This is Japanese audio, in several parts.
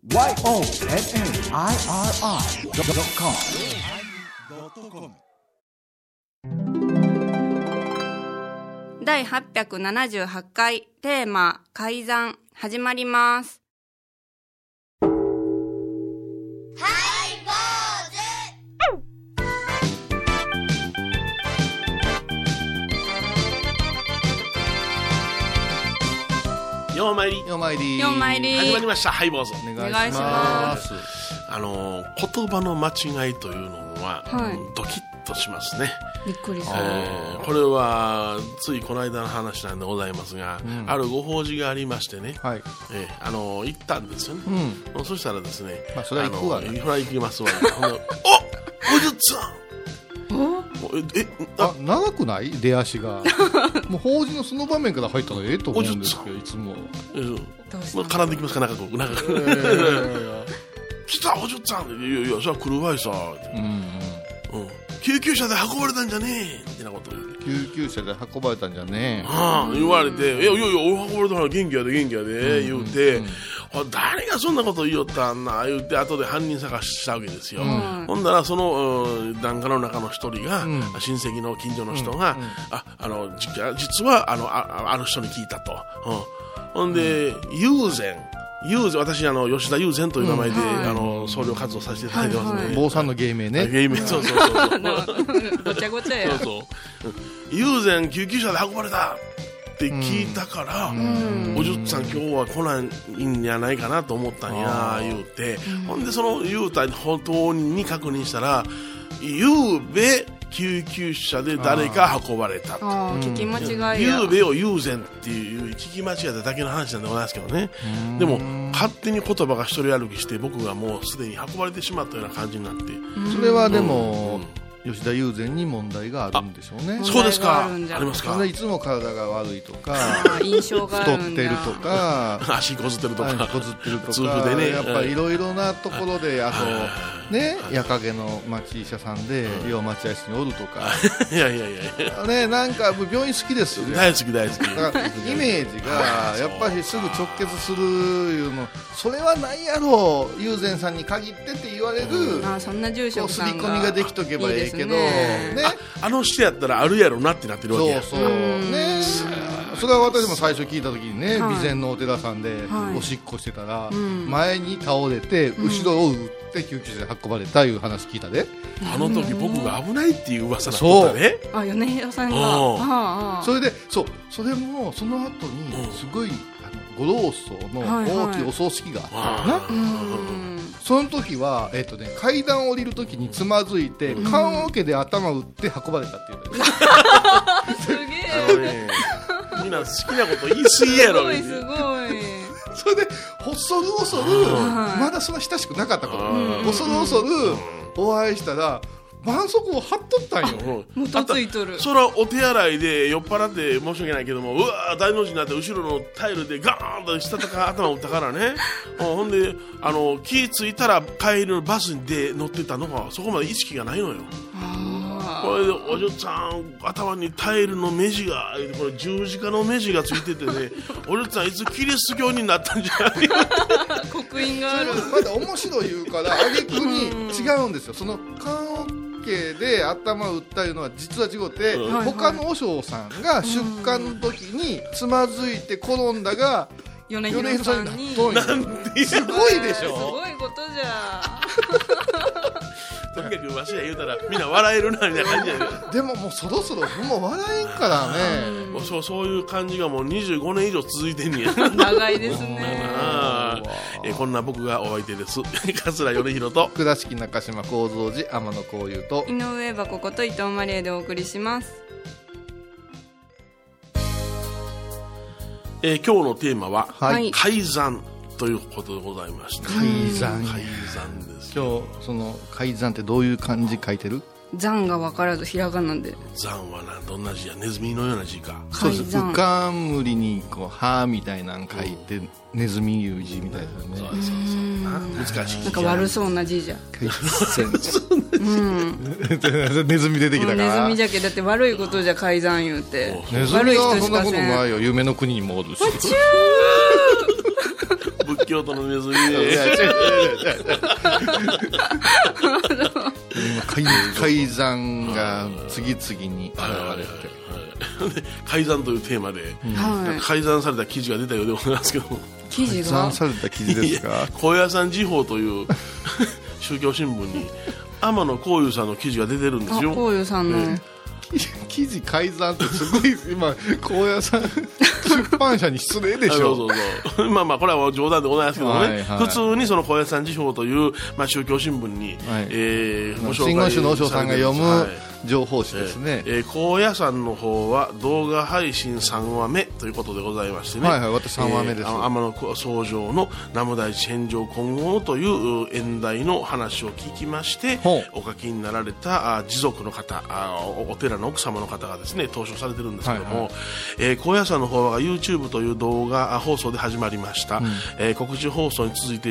YONNIRI.com 第878回テーマ改ざん始まります。 ようまいりようまいり始まりました。ハイボーズお願いします。 言葉の間違いというのは、 はい、 ドキッとしますね。 びっくりする。 これはついこの間の話なんでございますが、あるご法事がありましてね、はい、行ったんですよね、そしたらですね、 それは行くわね。 それは行きますわね。おじゅっさん長くない出足がもう法事のその場面から入ったらと思うんですけど、いつも絡んできますか、長く来たおじゅっさん、いやそれは来るわいさ、救急車で運ばれたんじゃねえってなこと言うて、 救急車で運ばれたんじゃねえ、 言われて、いや運ばれたから元気やで言うて、誰がそんなこと言いよったんな言うて、後で犯人探ししたわけですよ。ほんだらその檀家の中の一人が、親戚の近所の人が、実はある人に聞いたと、ほんで友禅、私吉田友禅という名前で、僧侶活動させていただいてますね。 坊さんの芸名ね。 芸名、そうごちゃごちゃや。 友禅救急車で運ばれたって聞いたから、おじゅっさん今日は来ないんじゃないかなと思ったんや言うて、ほんでその言うた本当に確認したら、ゆうべ救急車で誰か運ばれた。 聞き間違いや。 ゆうべを友禅っていう聞き間違えただけの話なんでございますけどね。でも勝手に言葉が一人歩きして、僕がもうすでに運ばれてしまったような感じになって、 それはでも、吉田友禅に問題があるんでしょうね。 そうですか。ありますか。 いつも体が悪いとか、 印象があるんだ。 太ってるとか、 足こずってるとか、 痛風でね、やっぱりいろいろなところで、あとね、矢影の町医者さんでよう待合室におるとか、 いやね、なんか病院好きですよね。 大好き。 だからイメージがやっぱりすぐ直結するいうの、それはないやろ友禅さんに限ってって言われる、 そんな住所さんが刷り込みができとけばいいけどね、 あの人やったらあるやろなってなってるわけや。 そうね。それは私も最初聞いた時にね、備前のお寺さんでおしっこしてたら、前に倒れて後ろを打って救急車で運ばれたいう話聞いたで。 あの時僕が危ないっていう噂だったね。 米広さんが。 それでそれもその後にすごいご老僧の大きいお葬式があったな。その時は、階段を降りる時につまずいて、棺桶で頭を打って運ばれたっていう、 すげえ。 みんな好きなこと言い過ぎやろ。 すごい。 それで恐るまだそんな親しくなかった頃、恐るお会いしたら絆創膏を貼っとったんよ。 元ついとる。 それはお手洗いで酔っ払って申し訳ないけども、うわー大の字になって後ろのタイルでガーンと下とか頭を打ったからね。ほんで気ついたら帰りのバスで乗ってたのが、そこまで意識がないのよ。これでおじゅっさん頭にタイルの目地が、これ十字架の目地がついててね、おじゅっさんいつキリスト教になったんじゃない刻印がある。 まだ面白い言うから挙句に違うんですよ。その棺桶で頭を打ったいうのは実は違って、他の和尚さんが出棺の時につまずいて転んだが米広さんに。 すごいでしょ。 すごいことじゃ。 とにかくわしが言うたらみんな笑えるなみたいな感じやで。 でももうそろそろもう笑えんからね。 そういう感じがもう25年以上続いてんねや。 長いですね。 こんな僕がお相手です。桂米広と倉敷中島幸三寺天野幸雄と井上箱こと伊藤マリエでお送りします。 今日のテーマは、改ざんということでございまして、 改ざんです。 今日その改ざんってどういう漢字書いてる？ 残が分からずひらがなで。 残はどんな字や？ネズミのような字か。 そうです。うかんむりに歯みたいなの書いて、ネズミいう字みたいなね。 そう難しい字。 なんか悪そうな字じゃ。 ネズミ出てきたから。 ネズミじゃけだって悪いことじゃ改ざん言うて。 ネズミはそんなことないよ。夢の国にもおるし。 仏京都のネズミいやで。 違う今改ざんが次々に現れて、 改ざんというテーマで、改ざんされた記事が出たようでございますけども、 記事改ざがんされた記事ですか？ 高野山時報という宗教新聞に天野幸雄さんの記事が出てるんですよ。 こういうさんの、 記事改ざんってすごい今高野山出版社に失礼でしょ。 そうそうまあまあこれは冗談でございますけどね、 はいはい、 普通にその高野山時報という、まあ、宗教新聞に、ご紹介真言宗の和尚さんが読む、 はい、 情報誌ですね。 高野山の方は動画配信3話目ということでございましてね、 はいはい、私3話目です。 天野僧正の南無大師返上金剛という演題の話を聞きまして、お書きになられた持続の方、お寺の奥様の方がですね投書されてるんですけども、高野山の方は YouTube という動画放送で始まりました、告知放送に続いて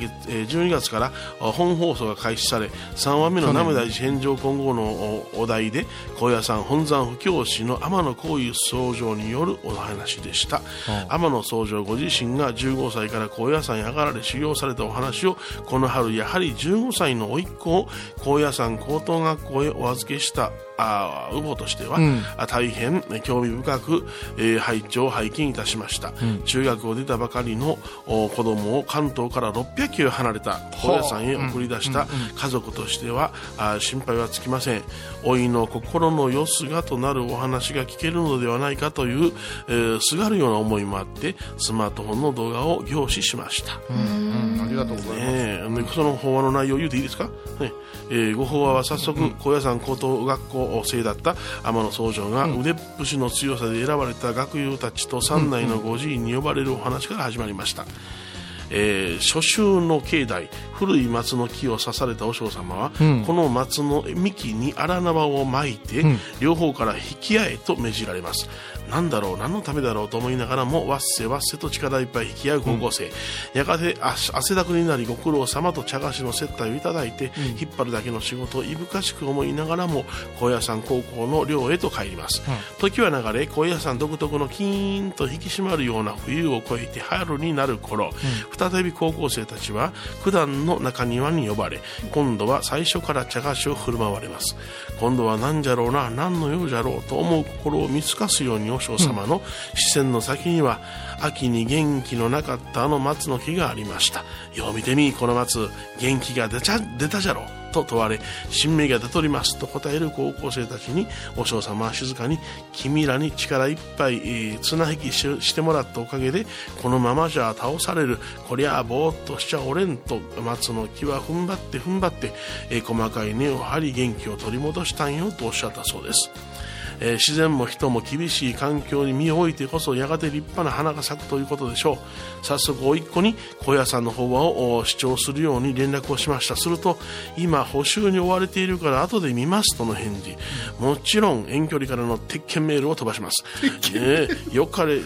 12月から本放送が開始され、3話目の南無大師返上金剛のお題で高野山本山布教師の天野幸雄僧正によるお話でした。天野僧正ご自身が15歳から高野山に上がられ修行されたお話を、この春やはり15歳の甥っ子を高野山高等学校へお預けした父母としては、大変興味深く、拝見いたしました、中学を出たばかりの子供を関東から600キロ離れた高野山へ送り出した家族としては、心配はつきません。老いの心のよすがとなるお話が聞けるのではないかという、すがるような思いもあってスマートフォンの動画を凝視しました。 ありがとうございます。 その法話の内容を言うていいですか、ご法話は早速、高野山高等学校生だった天野僧正が腕っぷしの強さで選ばれた学友たちと山内の御寺院に呼ばれるお話から始まりました。初秋の境内、古い松の木を刺された和尚様は、この松の幹に荒縄を巻いて、両方から引き合えと命じられます。何だろう、何のためだろうと思いながらもわっせわっせと力いっぱい引き合う高校生、やがて汗だくになりご苦労様と茶菓子の接待をいただいて、引っ張るだけの仕事をいぶかしく思いながらも高野山高校の寮へと帰ります、時は流れ、高野山独特のキーンと引き締まるような冬を越えて春になる頃、再び高校生たちは九段の中庭に呼ばれ、今度は最初から茶菓子を振る舞われます。今度は何じゃろうな、何の用じゃろうと思う心を見透かすように和尚様の視線の先には、秋に元気のなかったあの松の木がありました。よう見てみ、この松元気が出たじゃろうと問われ、新芽が出とりますと答える高校生たちに、和尚様は静かに、君らに力いっぱい、綱引きしてもらったおかげでこのままじゃ倒される、こりゃあぼーっとしちゃおれんと、松の木は踏ん張って細かい根を張り元気を取り戻したんよとおっしゃったそうです。自然も人も厳しい環境に身を置いてこそやがて立派な花が咲くということでしょう。早速甥っ子に高野山の法話を視聴するように連絡をしました。すると、今補習に追われているから後で見ますとの返事。もちろん遠距離からの鉄拳メールを飛ばします。よかれ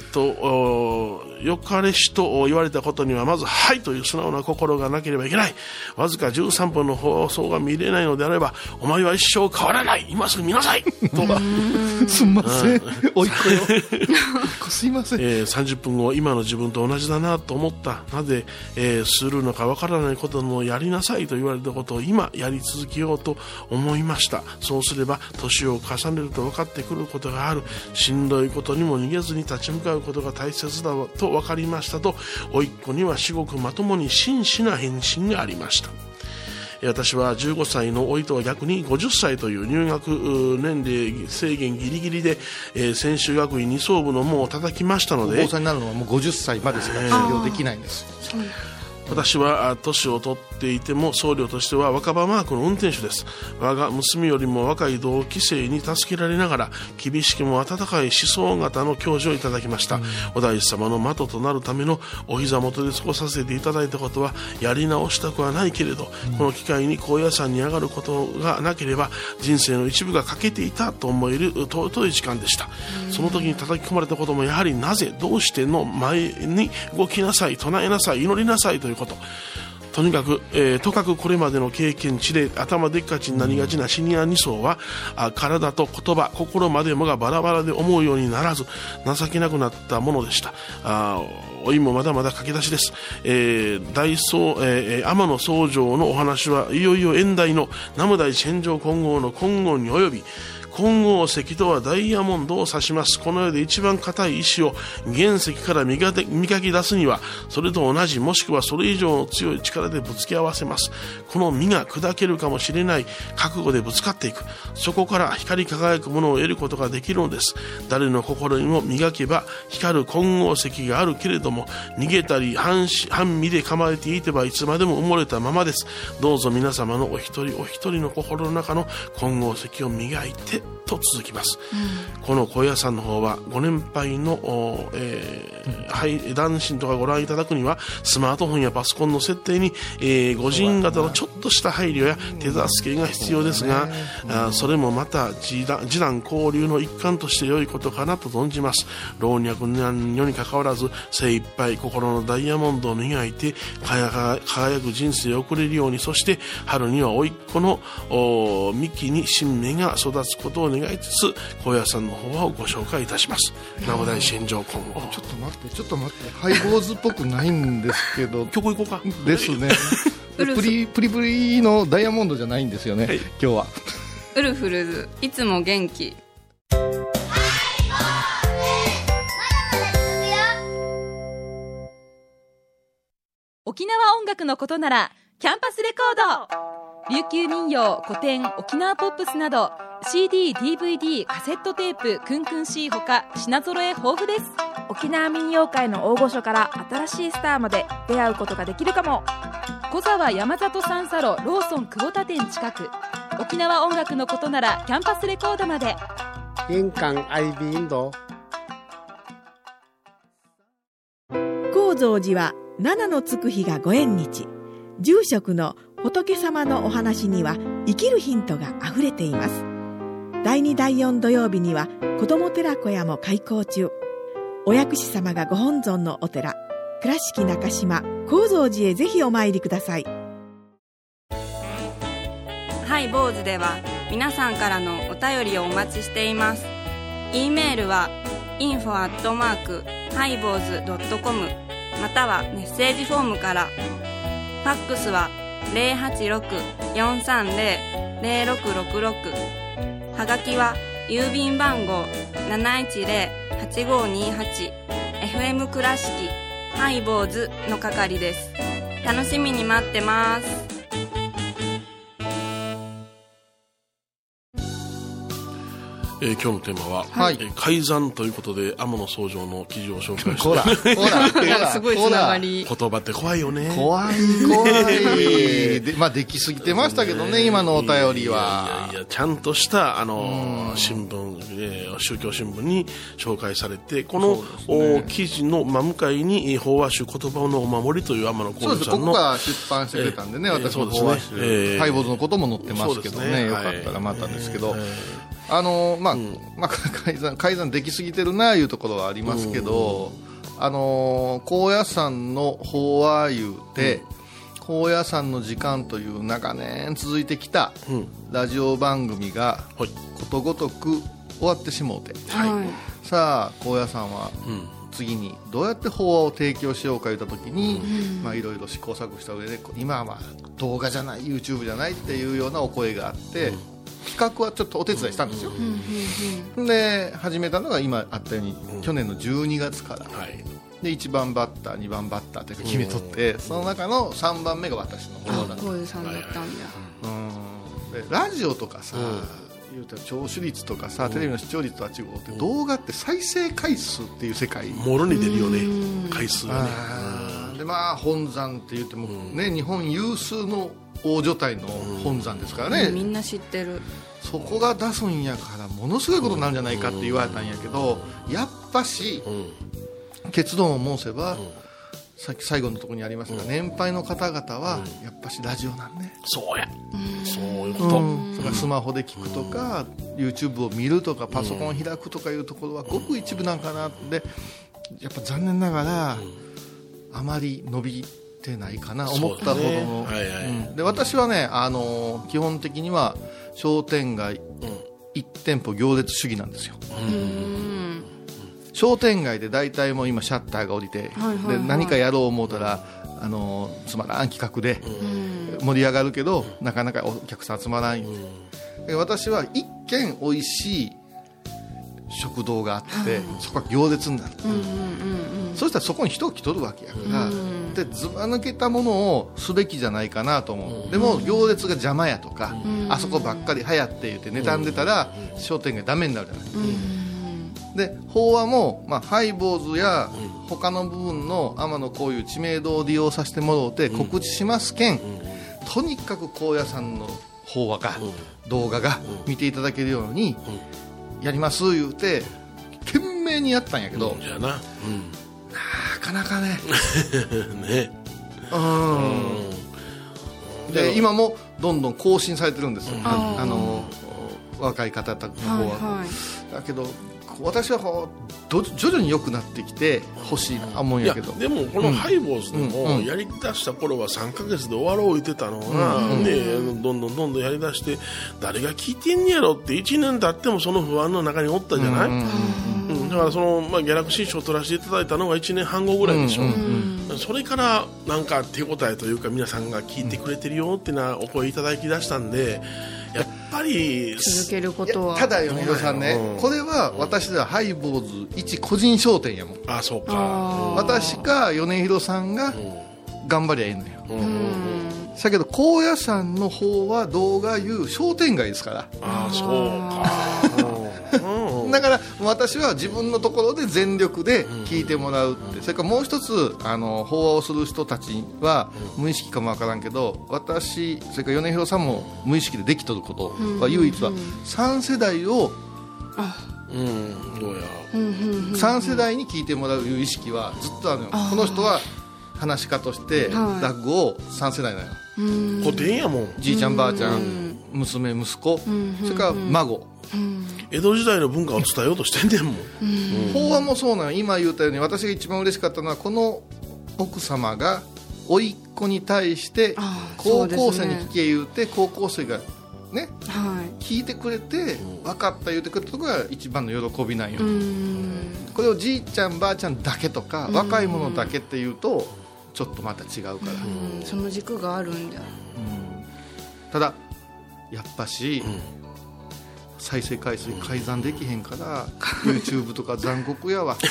しと言われたことにはまずはいという素直な心がなければいけない。わずか13分の放送が見れないのであれば、お前は一生変わらない、今すぐ見なさいとすみません、おいっ子よすいません、 30分後、今の自分と同じだなと思った。なぜ、するのかわからないことのやりなさいと言われたことを今やり続けようと思いました。そうすれば年を重ねると分かってくることがある。しんどいことにも逃げずに立ち向かうことが大切だと分かりましたと、おいっ子には至極まともに真摯な返信がありました。私は15歳の甥とは逆に50歳という入学年齢制限ギリギリで、専修学院二層部の門を叩きましたので、 高校生になるのはもう50歳までしか修行できないんです。 私は年を取っていても僧侶としては若葉マークの運転手です。我が娘よりも若い同期生に助けられながら、厳しくも温かい思想型の教授をいただきました。お大師様の的となるためのお膝元で過ごさせていただいたことはやり直したくはないけれど、この機会に高野山に上がることがなければ人生の一部が欠けていたと思える尊い時間でした。その時に叩き込まれたこともやはり、なぜどうしての前に動きなさい、唱えなさい、祈りなさいということ。 とにかく、とかくこれまでの経験値で頭でっかちになりがちなシニア2層は、体と言葉、心までもがバラバラで思うようにならず情けなくなったものでした。老いもまだまだ駆け出しです。天野宗正のお話はいよいよ現代の南無大師返上金剛の金剛に及び、金剛石とはダイヤモンドを指します。この世で一番硬い石を原石から磨き出すには、それと同じもしくはそれ以上の強い力でぶつけ合わせます。この実が砕けるかもしれない覚悟でぶつかっていく。そこから光り輝くものを得ることができるのです。誰の心にも磨けば光る金剛石があるけれども、逃げたり半身で構えていてはいつまでも埋もれたままです。どうぞ皆様のお一人お一人の心の中の金剛石を磨いてと続きます。この高野山の方はご年配の、男子とかご覧いただくにはスマートフォンやパソコンの設定に、個人型のちょっとした配慮や手助けが必要ですが、それもまた示談交流の一環として良いことかなと存じます。老若男女にかかわらず精一杯心のダイヤモンドを磨いて輝く人生を送れるように、そして春には甥っ子の幹に新芽が育つことを願いつつ、高野山の方をご紹介いたします。南無大師返上金剛。 ちょっと待って、ハイボーズっぽくないんですけど曲行こうかですねプリプリのダイヤモンドじゃないんですよね、はい、今日はウルフルズいつも元気。 沖縄音楽のことならキャンパスレコード。琉球民謡、古典、沖縄ポップスなど CD、DVD、カセットテープ、クンクン C ほか品揃え豊富です。 沖縄民謡界の大御所から新しいスターまで出会うことができるかも。 小沢山里三佐路ローソン久保田店近く。沖縄音楽のことならキャンパスレコードまで。 印港 IB インド。 高蔵寺は七のつく日がご縁日。住職の仏様のお話には生きるヒントがあふれています。第2第4土曜日には子ども寺小屋も開校中。お薬師様がご本尊のお寺、倉敷中島・高蔵寺へぜひお参りください。 ハイボーズでは皆さんからのお便りをお待ちしています。 E メールは info@highboz.com またはメッセージフォームから。ファックスは 086-430-0666。はがきは郵便番号 710-8528 FM 倉敷ハイボーズの係です。楽しみに待ってます。 今日のテーマは、 はい、 改ざんということで天野宗正の記事を紹介してほらすごいつながり。 言葉って怖いよね。 怖いで、できすぎてましたけどね、今のお便りは。 いやちゃんとした新聞、宗教新聞に紹介されて、この、記事の真向かいに法話集言葉のお守りという天野幸二さんの、 ここが出版してくれたんでね、私も法話集、ハイボーズのことも載ってますけどね、よかったらまたですけど、改ざんできすぎてるないうところはありますけど、高野山の法話言うて、高野山の時間という長年続いてきたラジオ番組がことごとく終わってしもうて、さあ高野山は次にどうやって法話を提供しようか言った時にいろいろ試行錯誤した上で、今は動画じゃない YouTube じゃないっていうようなお声があって、企画はちょっとお手伝いしたんですよ。で始めたのが今あったように、去年の12月から、で1番バッター2番バッターって決めとって、その中の3番目が私の方だった。 こういうさんだったんだ。 でラジオとかさ、言うたら聴取率とかさ、テレビの視聴率とは違うって、動画って再生回数っていう世界もろに出るよね、回数がね。 で本山って言ってもね、日本有数の大所帯の本山ですからね、 みんな知ってる。 そこが出すんやからものすごいことになるんじゃないかって言われたんやけど、やっぱし、結論を申せば、さっき最後のところにありましたが、年配の方々はやっぱしラジオなんね。 そうや、そういうこと、 それからスマホで聞くとか、YouTube を見るとか、パソコン開くとかいうところはごく一部なんかなって、やっぱ残念ながら、あまり伸びてないかな、思ったほどの、 はいはい、 で私はね、基本的には商店街、1店舗行列主義なんですよ。商店街で大体もう今シャッターが降りて、で何かやろう思うたらつまらん企画で盛り上がるけど、なかなかお客さん集まらん、私は一軒おいしい食堂があって、そこは行列になる、そしたらそこに人が来とるわけやから、でずば抜けたものをすべきじゃないかなと思う。でも行列が邪魔やとか、あそこばっかり流行って言って妬んでたら、商店街ダメになるじゃない、で法話も、ハイボーズや他の部分の天野こういう知名度を利用させてもらおうて告知しますけん、とにかく高野山の法話が、動画が見ていただけるようにやります言うて懸命にやったんやけど、なかなかねね、 で今もどんどん更新されてるんですよ、若い方の方は、だけど私は徐々に良くなってきてほしいな思うんやけど、 でもこのハイボーズでもやりだした頃は3ヶ月で終わろう言ってたのが、どんどんやりだして誰が聞いてんやろって1年経ってもその不安の中におったじゃない、だからギャラクシー賞を取らせていただいたのが1年半後ぐらいでしょ、それからなんか手応えというか皆さんが聞いてくれてるよってなお声いただきだしたんで、やっぱり続けることは。 ただ米広さんね、これは私ではハイボーズ一個人商店やもん。 あ、そうか。 私か米広さんが頑張りゃいいのよ。だけど高野山の方は動画いう商店街ですから。 あ、そうか。 だから私は自分のところで全力で聞いてもらうって、それからもう一つ法話をする人たちは無意識かもわからんけど、私それから米広さんも無意識でできとることは唯一は3世代をどうや 3世代に聞いてもらういう意識はずっとあるのよ。この人は話し家として落語を3世代なのよ。 古典やもん。 じいちゃんばあちゃん、娘息子、それから孫、 江戸時代の文化を伝えようとしてんねんもん。 法話もそうなの。今言ったように私が一番嬉しかったのは、この奥様が甥っ子に対して高校生に聞け言うて、高校生がね、聞いてくれて分かった言うてくれたところが一番の喜びなんよ。これをじいちゃんばあちゃんだけとか若い者だけって言うとちょっとまた違うから、 その軸があるんだ。 ただやっぱし、再生回数改ざんできへんから、YouTube とか残酷やわ。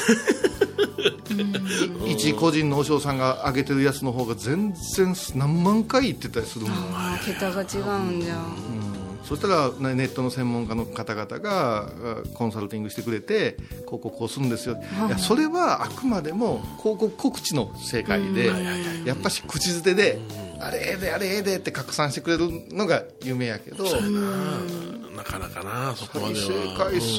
一個人の和尚さんが上げてるやつの方が全然何万回言ってたりするもん。 桁が違うんじゃ。 そしたらネットの専門家の方々がコンサルティングしてくれて、広告をするんですよ。いや、それはあくまでも広告告知の世界で、やっぱし口づてであれええであれええでって拡散してくれるのが夢やけど、 なかなかな、そこまでは再生回数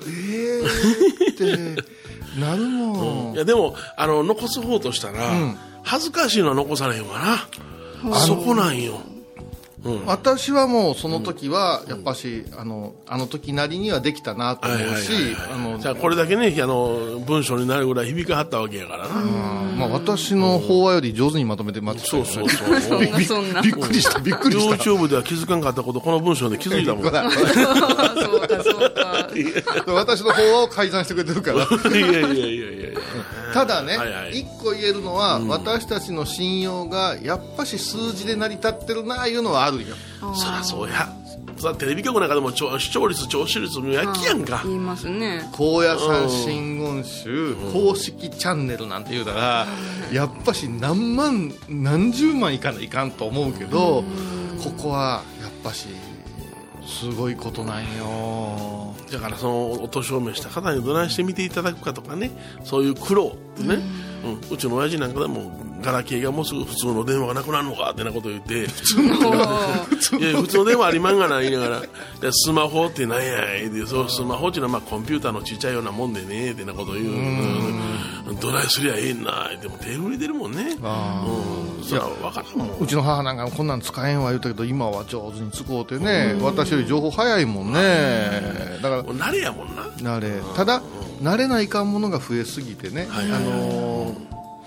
ってなるもん。 いやでも残す方としたら、恥ずかしいのは残されへんわな。そこなんよ。 私はもうその時はやっぱしあの時なりにはできたなと思うし、 じゃあこれだけね文章になるぐらい響かはったわけやからな。 私の法話より上手にまとめてます。 そうそうそう。 びっくりしたびっくりした。 YouTube では気づかんかったことこの文章で気づいたもん。 そうかそうか。 私の法話を改ざんしてくれてるから。 いやいやいやいや。 ただね、一個言えるのは、私たちの信用がやっぱし数字で成り立ってるないうのはあるよ。 そりゃそうや。テレビ局なんかでも視聴率聴取率のやきやんか。 言いますね。 高野山真言宗公式チャンネルなんて言うたら、やっぱし何万何十万いかないかんと思うけど、ここはやっぱしすごいことなんよ。 だからそのお年を召した方にどないして見ていただくかとかね、そういう苦労ってね、うちの親父なんかでもガラケーがもうすぐ普通の電話がなくなるのかってなこと言って、普通の電話ありまんがな言いながら、スマホってなんやで、そうスマホっていうのはコンピューターのちっちゃいようなもんでねってなこと言う。どないすりゃええんな。でも手振り出るもんね。それは分からんもん。 うちの母なんかこんなん使えんわ言うたけど、今は上手に使うてね、私より情報早いもんね。だから慣れやもんな。 慣れ。ただ慣れないかんものが増えすぎてね、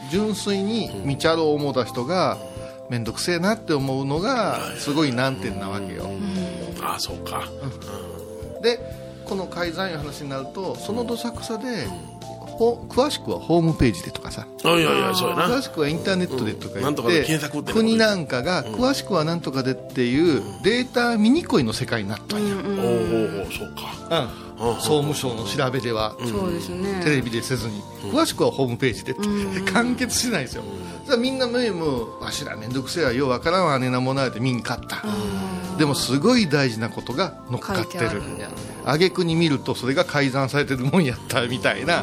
純粋に見ちゃろう思った人が面倒くせえなって思うのがすごい難点なわけよ。 ああそうか、 でこの改ざんいう話になるとそのどさくさで、詳しくはホームページでとかさ、 いやいやそうやな、 詳しくはインターネットでとか言なんとかでって、 検索って国なんかが詳しくはなんとかでっていうデータ見にくいの世界になったんや、 おおそうか、 総務省の調べでは、 そうですね。 テレビでせずに、詳しくはホームページでって、完結しないですよ。じゃあみんなもうわしらめんどくせえわ、ようわからんわねなものやで見んかった。でもすごい大事なことが乗っかってる。挙句に見るとそれが改ざんされてるもんやったみたいな、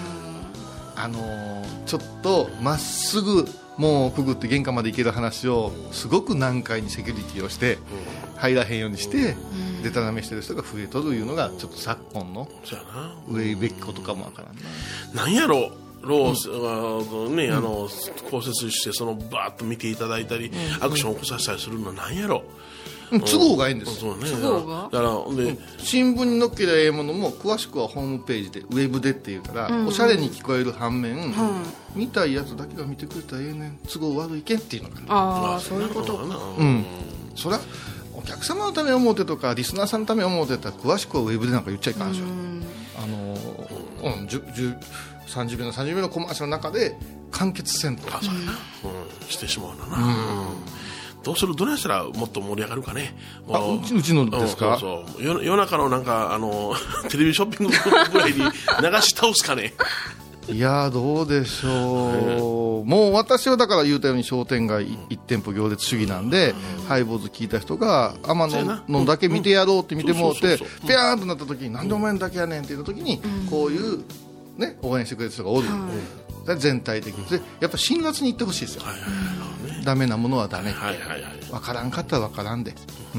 ちょっとまっすぐもうくぐって玄関まで行ける話をすごく難解にセキュリティをして入らへんようにしてでたらめしてる人が増えとるいうのがちょっと昨今の上べきことかもわからんな。 なんやろローね、考察してそのバーッと見ていただいたり、アクションを起こさせたりするのはなんやろ、 都合がいいんですよ。 そうね、 都合がだからで新聞に載っけりゃええものも詳しくはホームページでウェブでっていうから、おしゃれに聞こえる反面、見たいやつだけが見てくれたらええねん、都合悪いけんっていうのかな。 ああそういうことか。 そりゃお客様のために思うてとかリスナーさんのために思うてたら詳しくはウェブでなんか言っちゃいかんでしょ。30秒のコマーシャルの中で完結せんと、 してしまうのな、どうする、どないしたらもっと盛り上がるかね。 うちのですか。 そう夜中のなんかテレビショッピングぐらいに流し倒すかね。 いやどうでしょう、もう私はだから言うたように商店街1店舗行列主義なんで、ハイボーズ聞いた人が天野のだけ見てやろうって見てもうてピャーンとなった時に、なんでお前のだけやねんって言った時に、こういうね応援してくれる人がおる、全体的にやっぱ辛辣に言ってほしいですよ、ダメなものはダメ、分からんかったら分からんで、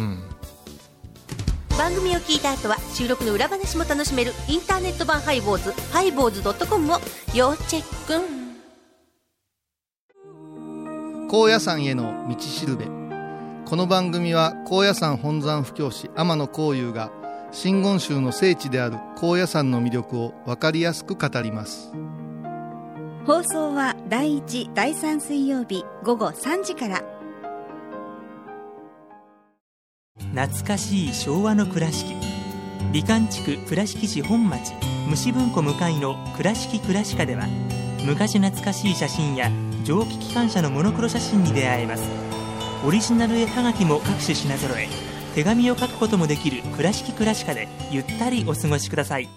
番組を聞いた後は収録の裏話も楽しめるインターネット版ハイボーズ、ハイボーズ .com を要チェック。 高野山への道しるべ。この番組は高野山本山布教師天野幸雄が真言宗の聖地である高野山の魅力を分かりやすく語ります。 放送は第1、第3水曜日午後3時から。 懐かしい昭和の倉敷、美観地区倉敷市本町虫文庫向かいの倉敷倉歯科では、昔懐かしい写真や蒸気機関車のモノクロ写真に出会えます。オリジナル絵はがきも各種品揃え、手紙を書くこともできる倉敷倉歯科でゆったりお過ごしください。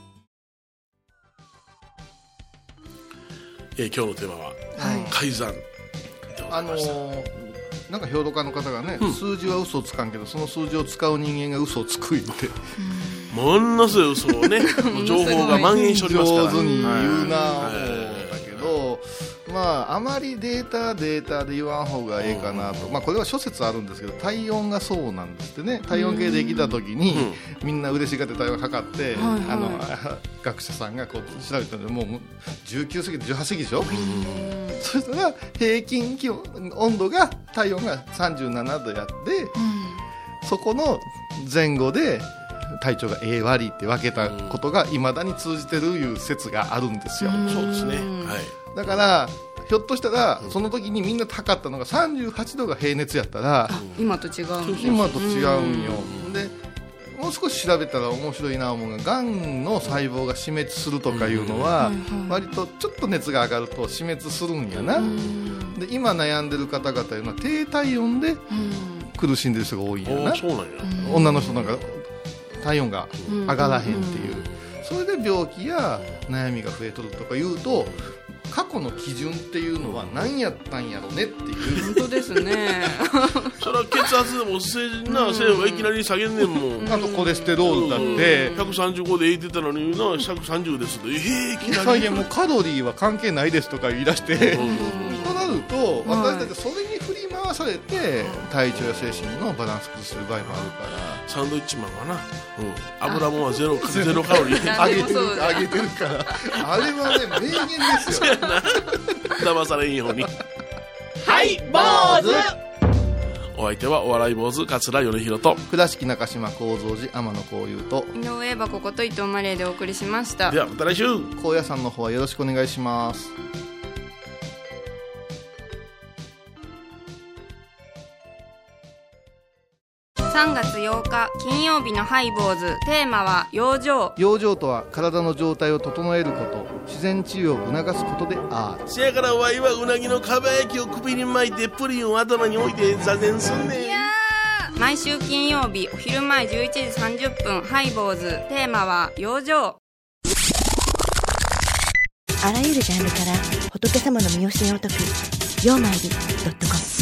今日のテーマは、改ざんでございました。 なんか評論家の方がね、数字は嘘をつかんけどその数字を使う人間が嘘をつく言って、 ものすごい嘘をね情報が蔓延しておりますから上手に言うなだけど、あまりデータで言わん方がええかなと、これは諸説あるんですけど、体温がそうなんですってね。体温計できた時に、みんな嬉しがって体温測って、学者さんがこう調べたので、もう19世紀18世紀でしょ、そしたら平均気温温度が体温が37度やって、そこの前後で体調が悪いって分けたことがいまだに通じてるいう説があるんですよ。 そうですね、 だからひょっとしたらその時にみんな測ったのが38度が平熱やったら、 今と違うんです。 今と違うんよ。でもう少し調べたら面白いな思うが、がんの細胞が死滅するとかいうのは、割とちょっと熱が上がると死滅するんやな。で今悩んでる方々いうのは低体温で苦しんでる人が多いんやな。 そうなんや。 女の人なんか体温が上がらへんっていう、それで病気や悩みが増えとるとかいうと、過去の基準っていうのは何やったんやろねっていう。 本当ですね。 それは血圧でも政府がいきなり下げんねんもん。 あとコレステロールだって 135で言ってたのに130ですっていきなり最近もうカロリーは関係ないですとか言い出して、となると私たちそれに振り回されて体調や精神のバランス崩してる場合もあるから、 サンドイッチマンはな、油もんはゼロカロリー上げてるからあれはね名言ですよ。 騙されんように。 はい坊主。 お相手はお笑い坊主桂米宏と倉敷中島幸三寺天野幸雄と井上エバコこと伊藤マレーでお送りしました。 ではまた来週。 高野山の方はよろしくお願いします。 3月8日金曜日のハイボーズ、テーマは養生。 養生とは体の状態を整えること、自然治癒を促すことである。 せやからワイはうなぎのかば焼きを首に巻いてプリンを頭に置いて座禅すんねん。 いやー、毎週金曜日お昼前11時30分ハイボーズ、テーマは養生。 あらゆるジャンルから仏様の身教えを説く曜マイル.com